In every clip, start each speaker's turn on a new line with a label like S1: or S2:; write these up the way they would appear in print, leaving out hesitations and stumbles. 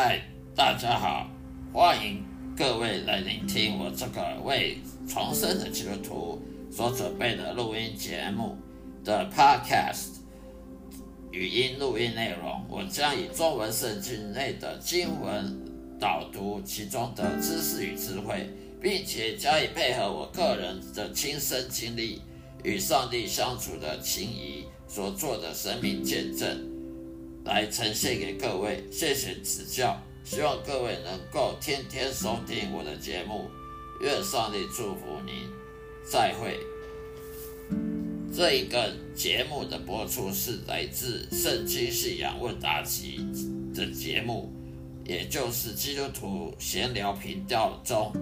S1: 嗨，大家好，欢迎各位来聆听我这个为重生的基督徒所准备的录音节目的 Podcast 语音录音内容。我将以中文圣经内的经文导读其中的知识与智慧，并且加以配合我个人的亲身经历与上帝相处的情谊所做的生命见证，来呈现给各位。谢谢指教，希望各位能够天天收听我的节目，愿上帝祝福您。再会。这一个节目的播出是来自圣经信仰问答集的节目，也就是基督徒闲聊频道中，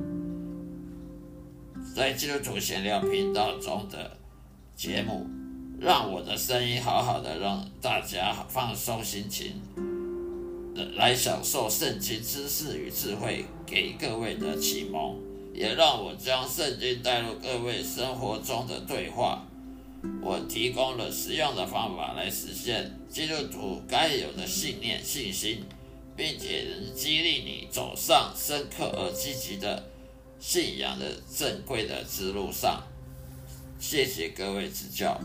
S1: 在基督徒闲聊频道中的节目，让我的声音好好的让大家放松心情，来享受圣经知识与智慧给各位的启蒙，也让我将圣经带入各位生活中的对话。我提供了实用的方法来实现基督徒该有的信念信心，并且能激励你走上深刻而积极的信仰的正规的之路上。谢谢各位指教。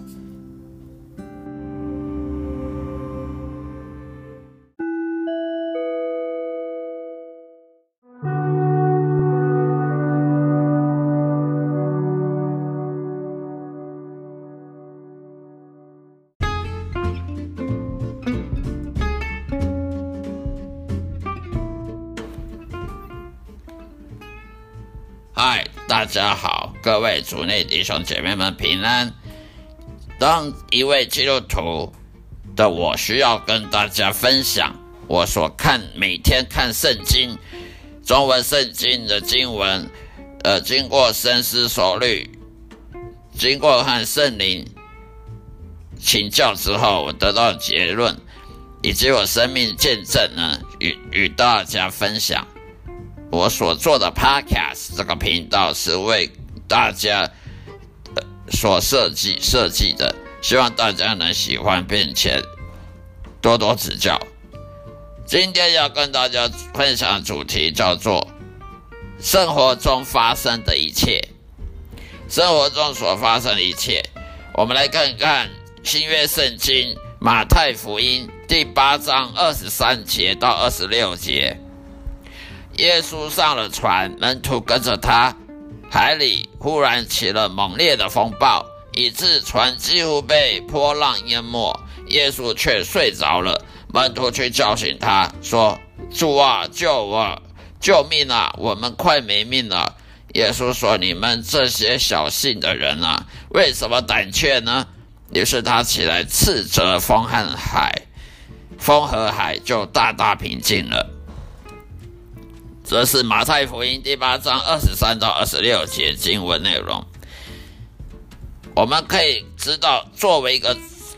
S1: 嗨，大家好，各位主内弟兄姐妹们平安。当一位基督徒的我，需要跟大家分享我所每天看圣经中文圣经的经文，经过深思熟虑，经过和圣灵请教之后，我得到的结论以及我生命见证呢，与大家分享。我所做的 Podcast 这个频道是为大家所设计的，希望大家能喜欢并且多多指教。今天要跟大家分享的主题叫做生活中发生的一切。生活中所发生的一切，我们来看看新约圣经马太福音第8章23节到26节。耶稣上了船，门徒跟着他，海里忽然起了猛烈的风暴，以致船几乎被波浪淹没。耶稣却睡着了，门徒去叫醒他，说：主啊，救命啊，我们快没命了。耶稣说：你们这些小信的人啊，为什么胆怯呢？于是他起来斥责风和海，风和海就大大平静了。这是马太福音第8章23到26节经文内容。我们可以知道，作为一个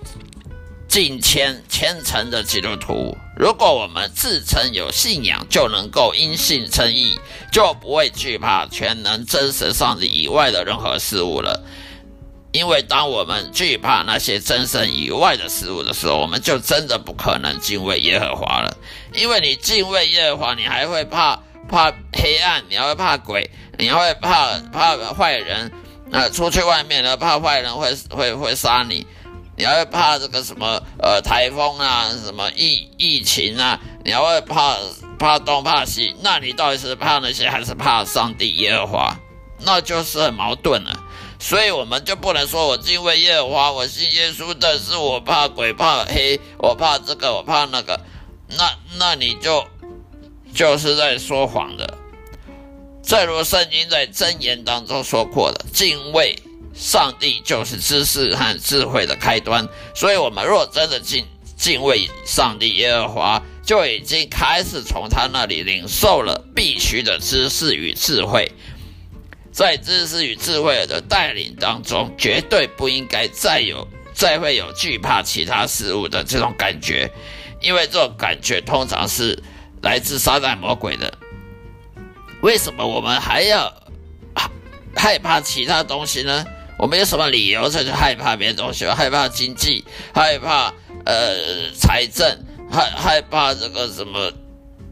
S1: 虔诚的基督徒，如果我们自称有信仰，就能够因信称义，就不会惧怕全能真神上帝以外的任何事物了。因为当我们惧怕那些真神以外的事物的时候，我们就真的不可能敬畏耶和华了。因为你敬畏耶和华，你还会怕黑暗，你还会怕鬼，你还会怕坏人，出去外面呢，怕坏人会杀你，你还会怕这个什么台风啊，什么疫情啊，你还会怕东怕西。那你到底是怕那些还是怕上帝耶和华？那就是很矛盾了。所以我们就不能说我敬畏耶和华，我信耶稣，但是我怕鬼怕黑，我怕这个我怕那个，那你就是在说谎的。正如圣经在箴言当中说过的，敬畏上帝就是知识和智慧的开端。所以我们若真的敬畏上帝耶和华，就已经开始从他那里领受了必须的知识与智慧。在知识与智慧的带领当中，绝对不应该再会有惧怕其他事物的这种感觉，因为这种感觉通常是来自撒旦魔鬼的。为什么我们还要害怕其他东西呢？我们有什么理由才去害怕别的东西？害怕经济，害怕财政，害怕这个什么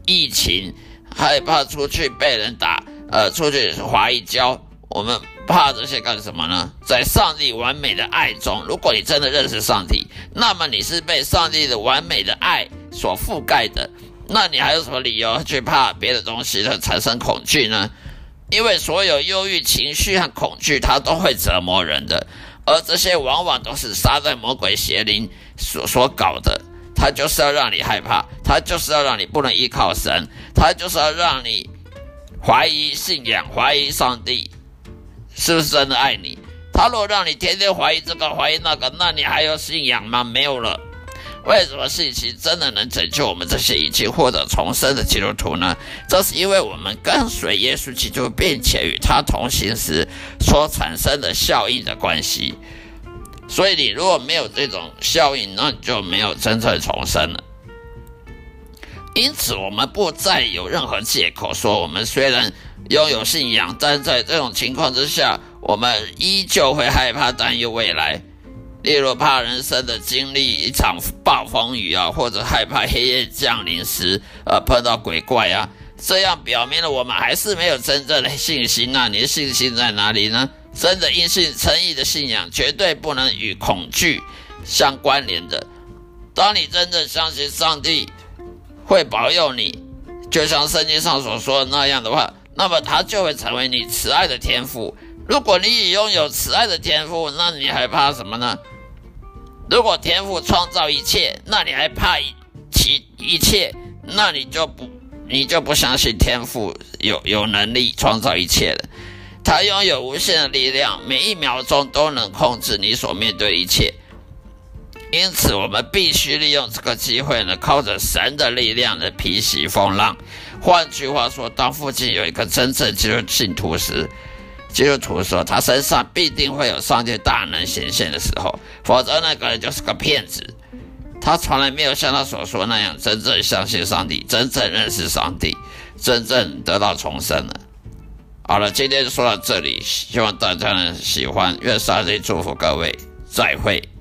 S1: 疫情，害怕出去被人打，出去滑一跤，我们怕这些干什么呢？在上帝完美的爱中，如果你真的认识上帝，那么你是被上帝的完美的爱所覆盖的，那你还有什么理由去怕别的东西而产生恐惧呢？因为所有忧郁情绪和恐惧，它都会折磨人的，而这些往往都是撒旦魔鬼邪灵所搞的。他就是要让你害怕，他就是要让你不能依靠神，他就是要让你怀疑信仰，怀疑上帝是不是真的爱你。他若让你天天怀疑这个怀疑那个，那你还有信仰吗？没有了。为什么信息真的能拯救我们这些已经获得重生的基督徒呢？这是因为我们跟随耶稣基督并且与他同行时所产生的效应的关系。所以你如果没有这种效应，那你就没有真正重生了。因此我们不再有任何借口说我们虽然拥有信仰，但在这种情况之下，我们依旧会害怕担忧未来。例如怕人生的经历一场暴风雨啊，或者害怕黑夜降临时碰到鬼怪啊，这样表明了我们还是没有真正的信心。那你的信心在哪里呢？真的因信称义的信仰绝对不能与恐惧相关联的。当你真正相信上帝会保佑你，就像圣经上所说的那样的话，那么他就会成为你慈爱的天父。如果你已拥有慈爱的天父，那你还怕什么呢？如果天父创造一切，那你还怕一切，那你就不相信天父有能力创造一切了。他拥有无限的力量，每一秒钟都能控制你所面对的一切。因此我们必须利用这个机会呢，靠着神的力量的平息风浪。换句话说，当附近有一个真正基督徒时，他身上必定会有上帝大能显现的时候，否则那个人就是个骗子。他从来没有像他所说那样真正相信上帝，真正认识上帝，真正得到重生了。好了，今天就说到这里，希望大家能喜欢，愿上帝祝福各位，再会。